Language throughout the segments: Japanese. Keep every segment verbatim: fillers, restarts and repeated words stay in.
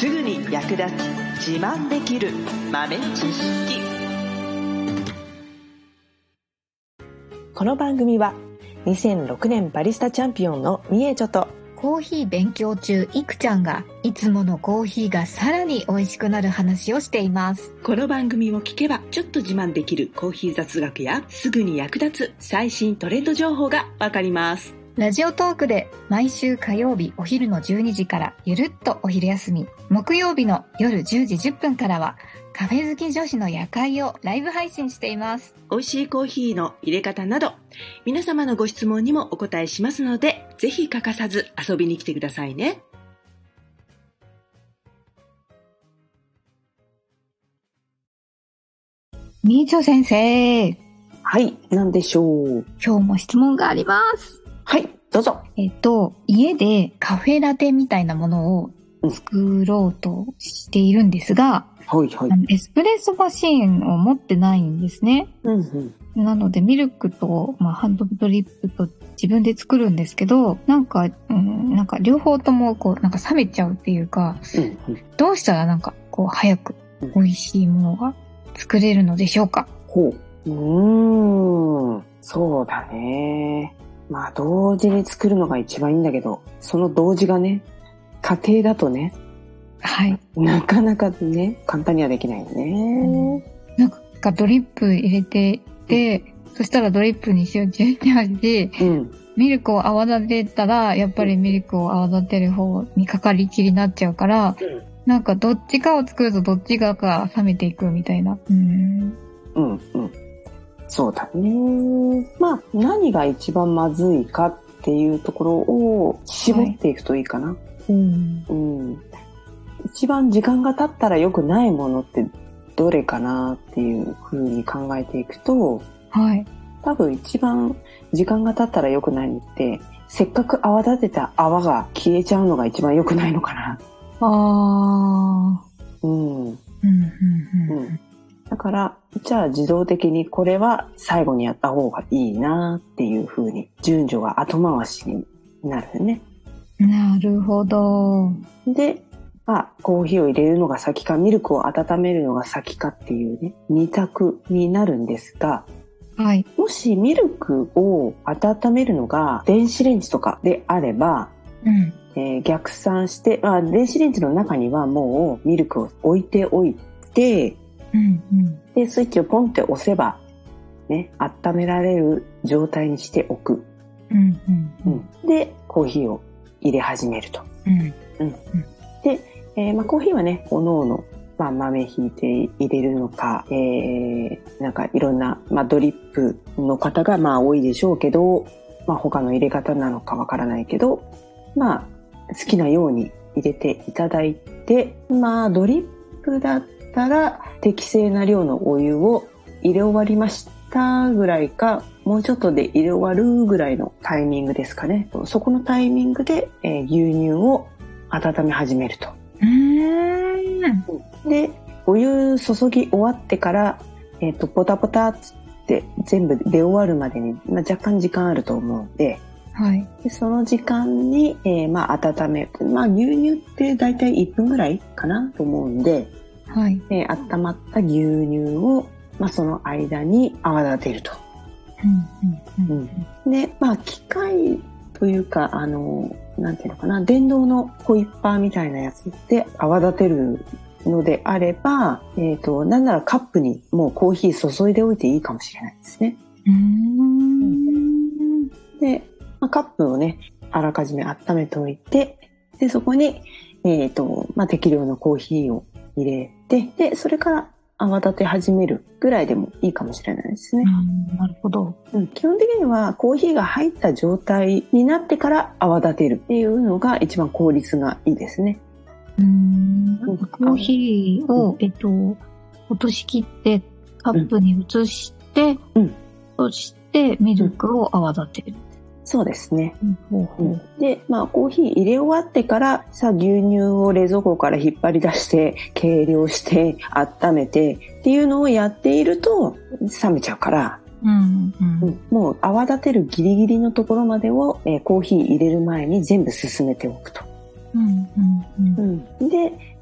すぐに役立つ自慢できる豆知識。この番組はにせんろくねんバリスタチャンピオンのみえちょとコーヒー勉強中いくちゃんがいつものコーヒーがさらに美味しくなる話をしています。 この番組を聞けばちょっと自慢できるコーヒー雑学やすぐに役立つ最新トレンド情報がわかります。 ラジオトークで毎週火曜日お昼のじゅうにじからゆるっとお昼休み、木曜日の夜じゅうじじゅっぷんからはカフェ好き女子の夜会をライブ配信しています。 美味しいコーヒーの入れ方など皆様のご質問にもお答えしますので、ぜひ欠かさず遊びに来てくださいね。 みーちょ先生。 はい、何でしょう。 今日も質問があります。 はい、どうぞ。 えっと、家でカフェラテみたいなものを作ろうとしているんですが、 はいはい。 あのエスプレッソマシーンを持ってないんですね。 うんうん、 なのでミルクと、まあ、ハンドドリップと自分で作るんですけど、なんか、うん、なんか両方ともこうなんか冷めちゃうっていうか、うんうん、どうしたらなんかこう早く美味しいものが作れるのでしょうか。 ほう。うーん、そうだね。まあ同時に作るのが一番いいんだけど、その同時がね、家庭だとね、 はい。 なかなかね、簡単にはできないよね。うん、 なんかドリップ入れてて、うん、そしたらドリップに集中して味で、うん、ミルクを泡立てたら、やっぱりミルクを泡立てる方にかかりきりになっちゃうから、うん、なんかどっちかを作るとどっちかが冷めていくみたいな。うん、 うん、うん。そうだね。まあ何が一番まずいかっていうところを絞っていくといいかな。はい、うんうん、一番時間が経ったら良くないものってどれかなっていう風に考えていくと、 はい、 多分一番時間が経ったら良くないのって、せっかく泡立てた泡が消えちゃうのが一番良くないのかな。 あー、 うん、うんうんうんうん、 だからじゃあ自動的にこれは最後にやった方がいいなっていう風に順序が後回しになるよね。 なるほど。 で、まあ、コーヒーを入れるのが先かミルクを温めるのが先かっていうね、二択になるんですが、 はい、 もしミルクを温めるのが電子レンジとかであれば、うんえー、逆算して、まあ、電子レンジの中にはもうミルクを置いておいて、うんうん、でスイッチをポンって押せば、ね、温められる状態にしておく、うんうんうん、でコーヒーを入れ始めると、うんうんうん、で、えーまあ、コーヒーはねおのおの、まあ、豆ひいて入れるのか、えー、なんかいろんな、まあ、ドリップの方がまあ多いでしょうけど、まあ、他の入れ方なのかわからないけど、まあ好きなように入れていただいて、まあドリップだったら適正な量のお湯を入れ終わりましたぐらいか、もうちょっとで入れ終わるぐらいのタイミングですかね。そこのタイミングで、えー、牛乳を温め始めると。うーんで、お湯注ぎ終わってから、えっと、ポタポタっつって全部出終わるまでに、まあ、若干時間あると思うんで、はい、でその時間に、えー、まあ温め、まあ牛乳ってだいたいいっぷんぐらいかなと思うんで、はいえー、温まった牛乳を、まあ、その間に泡立てると。うんうんうん、で、まあ機械というかあのなんていうのかな、電動のホイッパーみたいなやつで泡立てるのであれば、えっとなんならカップにもうコーヒー注いでおいていいかもしれないですね。うーんでカップをね、あらかじめ温めておいて、で、そこに、えっと、まあ、適量のコーヒーを入れて、で、それから泡立て始めるぐらいでもいいかもしれないですね。 うん、なるほど。 うん、基本的にはコーヒーが入った状態になってから泡立てるっていうのが一番効率がいいですね。 うーん、コーヒーを、うん、えっと、落としきってカップに移して、うん、そしてミルクを泡立てる。 そうですね。うんうん、で、まあコーヒー入れ終わってからさあ牛乳を冷蔵庫から引っ張り出して計量して温めてっていうのをやっていると冷めちゃうから、うんうんうん、もう泡立てるギリギリのところまでを、えー、コーヒー入れる前に全部進めておくと。うんうんうんうん、で、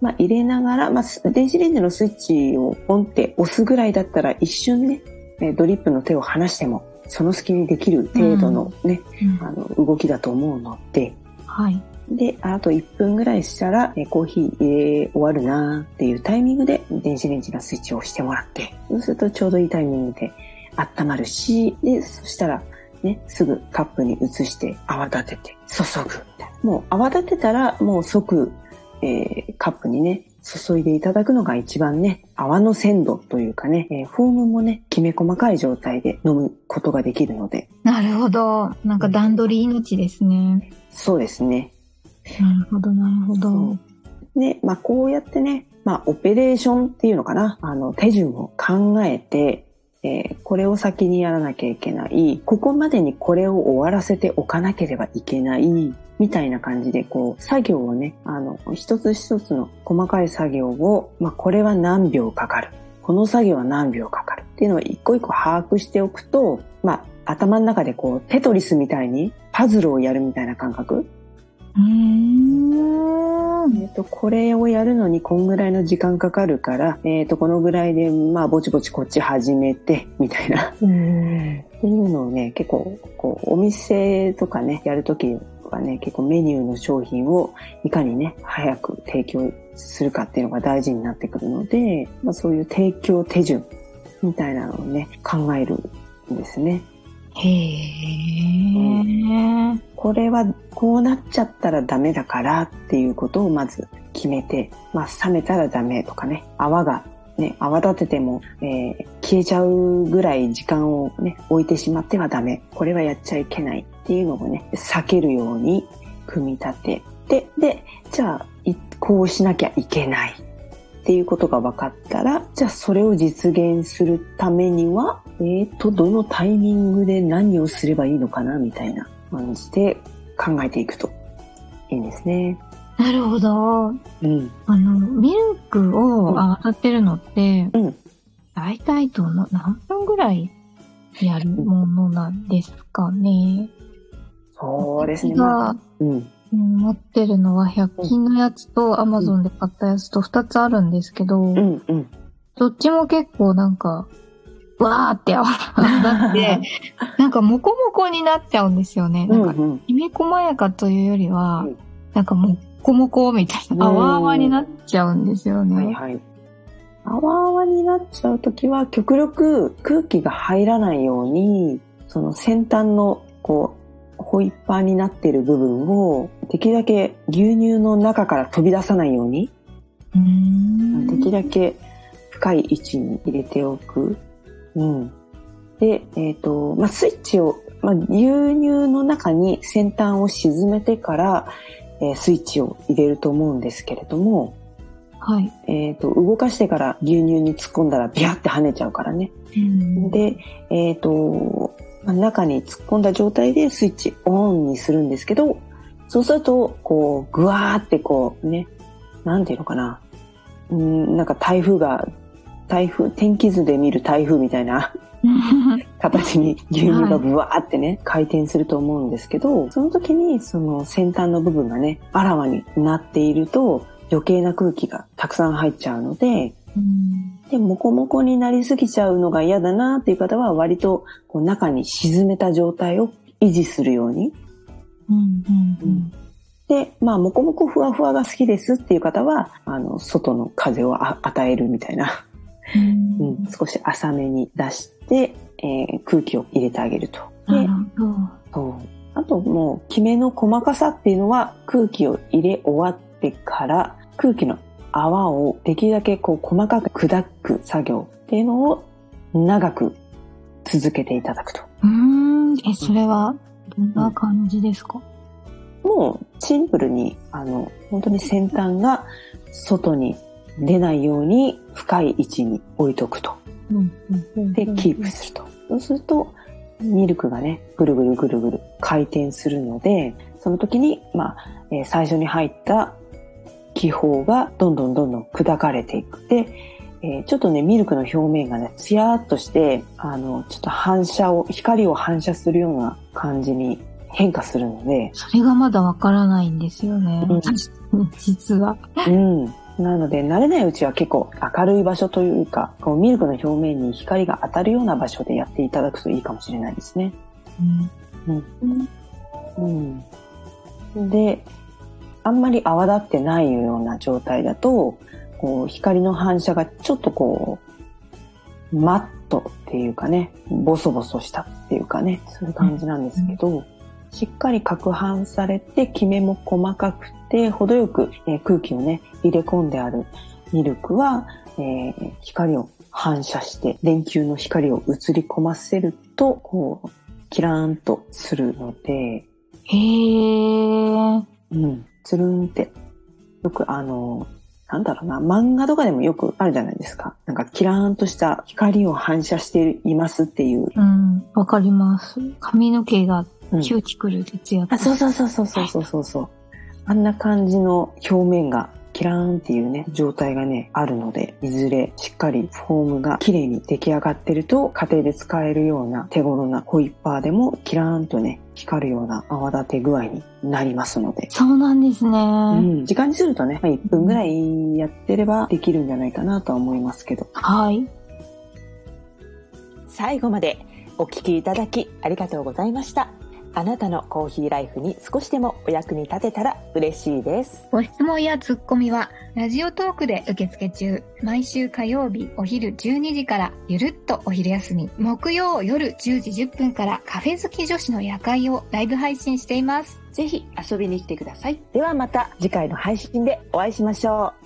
まあ、入れながら、まあ、電子レンジのスイッチをポンって押すぐらいだったら一瞬ね、ドリップの手を離してもその隙にできる程度のね、うん、あの動きだと思うので、 はい。 で、あといっぷんぐらいしたら、コーヒー入れ終わるなっていうタイミングで電子レンジのスイッチを押してもらって、そうするとちょうどいいタイミングで温まるし、で、そしたらね、すぐカップに移して泡立てて注ぐみたいな。もう泡立てたらもう即、えー、カップにね、注いでいただくのが一番ね、泡の鮮度というかね、えー、フォームもね、きめ細かい状態で飲むことができるので。 なるほど。なんか段取り命ですね。 そうですね。 なるほど、なるほど。 で、まあこうやってね、まあオペレーションっていうのかな、あの手順を考えて、えー、これを先にやらなきゃいけない、ここまでにこれを終わらせておかなければいけない、みたいな感じで、こう、作業をね、あの、一つ一つの細かい作業を、まあ、これは何秒かかる。この作業は何秒かかる。っていうのを一個一個把握しておくと、まあ、頭の中でこう、テトリスみたいにパズルをやるみたいな感覚。 うーん。 えっと、これをやるのにこんぐらいの時間かかるから、えっと、このぐらいで、まあ、ぼちぼちこっち始めて、みたいな。うん。っていうのをね、結構、こう、お店とかね、やるときはね、結構メニューの商品をいかにね、早く提供するかっていうのが大事になってくるので、まあ、そういう提供手順みたいなのをね、考えるんですね。 へー、うん、 これはこうなっちゃったらダメだからっていうことをまず決めて、まあ冷めたらダメとかね、泡がね、泡立てても、えー、消えちゃうぐらい時間をね、置いてしまってはダメ。これはやっちゃいけないっていうのをね、避けるように組み立てて、で、じゃあ、こうしなきゃいけないっていうことが分かったら、じゃあそれを実現するためには、えーと、どのタイミングで何をすればいいのかなみたいな感じで考えていくといいんですね。 なるほど。うん。あの、ミルクを泡立てるのって、うん。大体どの、何分ぐらいやるものなんですかね。 そうですね。 まあ、うん。持ってるのはひゃく均のやつと Amazon で買ったやつとふたつあるんですけど、うんうん、どっちも結構なんか、わーって泡立って、なんかモコモコになっちゃうんですよね。なんか、きめ細やかというよりは、うん、なんかモコモコみたいな、泡泡になっちゃうんですよね。はいはい。 泡泡になっちゃうときは、極力空気が入らないように、その先端の、こう、ホイッパーになっている部分を、できるだけ牛乳の中から飛び出さないように、うーんできるだけ深い位置に入れておく。うん。で、えっと、まあ、スイッチを、まあ、牛乳の中に先端を沈めてから、えー、スイッチを入れると思うんですけれども、はい。えっと、動かしてから牛乳に突っ込んだらビャーって跳ねちゃうからね。うん、で、えっと、まあ、中に突っ込んだ状態でスイッチオンにするんですけど、そうすると、こう、ぐわーってこうね、なんていうのかな。うん、なんか台風が、台風、天気図で見る台風みたいな形に牛乳がブワーってね、はい、回転すると思うんですけど、その時にその先端の部分がね、あらわになっていると余計な空気がたくさん入っちゃうので、うん、で、モコモコになりすぎちゃうのが嫌だなっていう方は割とこう中に沈めた状態を維持するように。うんうんうん、で、まあ、モコモコふわふわが好きですっていう方は、あの、外の風をあ与えるみたいな。うん、うん、少し浅めに出して、えー、空気を入れてあげると。で、そう。あともう、きめの細かさっていうのは空気を入れ終わってから空気の泡をできるだけこう細かく砕く作業っていうのを長く続けていただくと。 うーん。え、それはどんな感じですか？ うん、もうシンプルに、あの、本当に先端が外に出ないように深い位置に置いとくと。で、キープすると。そうすると、ミルクがね、ぐるぐるぐるぐる回転するので、その時に、まあ、えー、最初に入った気泡がどんどんどんどん砕かれていく。で、えー、ちょっとね、ミルクの表面がね、ツヤーっとして、あの、ちょっと反射を、光を反射するような感じに変化するので。 それがまだわからないんですよね。うん、実は。 うん。 なので慣れないうちは結構明るい場所というか、こうミルクの表面に光が当たるような場所でやっていただくといいかもしれないですね。うんうんうん、で、あんまり泡立ってないような状態だと、こう光の反射がちょっとこうマットっていうかね、ボソボソしたっていうかね、そういう感じなんですけど、うん、しっかり攪拌されて、きめも細かくて程よく、えー、空気をね入れ込んであるミルクは、えー、光を反射して電球の光を映り込ませると、こうキラーンとするので、 へー、 うん、つるんって、よくあのなんだろうな、漫画とかでもよくあるじゃないですか。なんかキラーンとした光を反射していますっていう。 うん、わかります。髪の毛がキューティクルでツヤッと、 うん、あ、そうそうそうそうそうそうそう。あんな感じの表面がキラーンっていうね、状態がね、あるので、いずれしっかりフォームが綺麗に出来上がってると、家庭で使えるような手頃なホイッパーでもキラーンとね、光るような泡立て具合になりますので。 そうなんですね。 うん、時間にするとね、まあ、いっぷんぐらいやってればできるんじゃないかなとは思いますけど。 はい。 最後までお聞きいただきありがとうございました。あなたのコーヒーライフに少しでもお役に立てたら嬉しいです。 ご質問やツッコミはラジオトークで受付中。毎週火曜日お昼じゅうにじからゆるっとお昼休み、木曜夜じゅうじじゅっぷんからカフェ好き女子の夜会をライブ配信しています。 ぜひ遊びに来てください。ではまた次回の配信でお会いしましょう。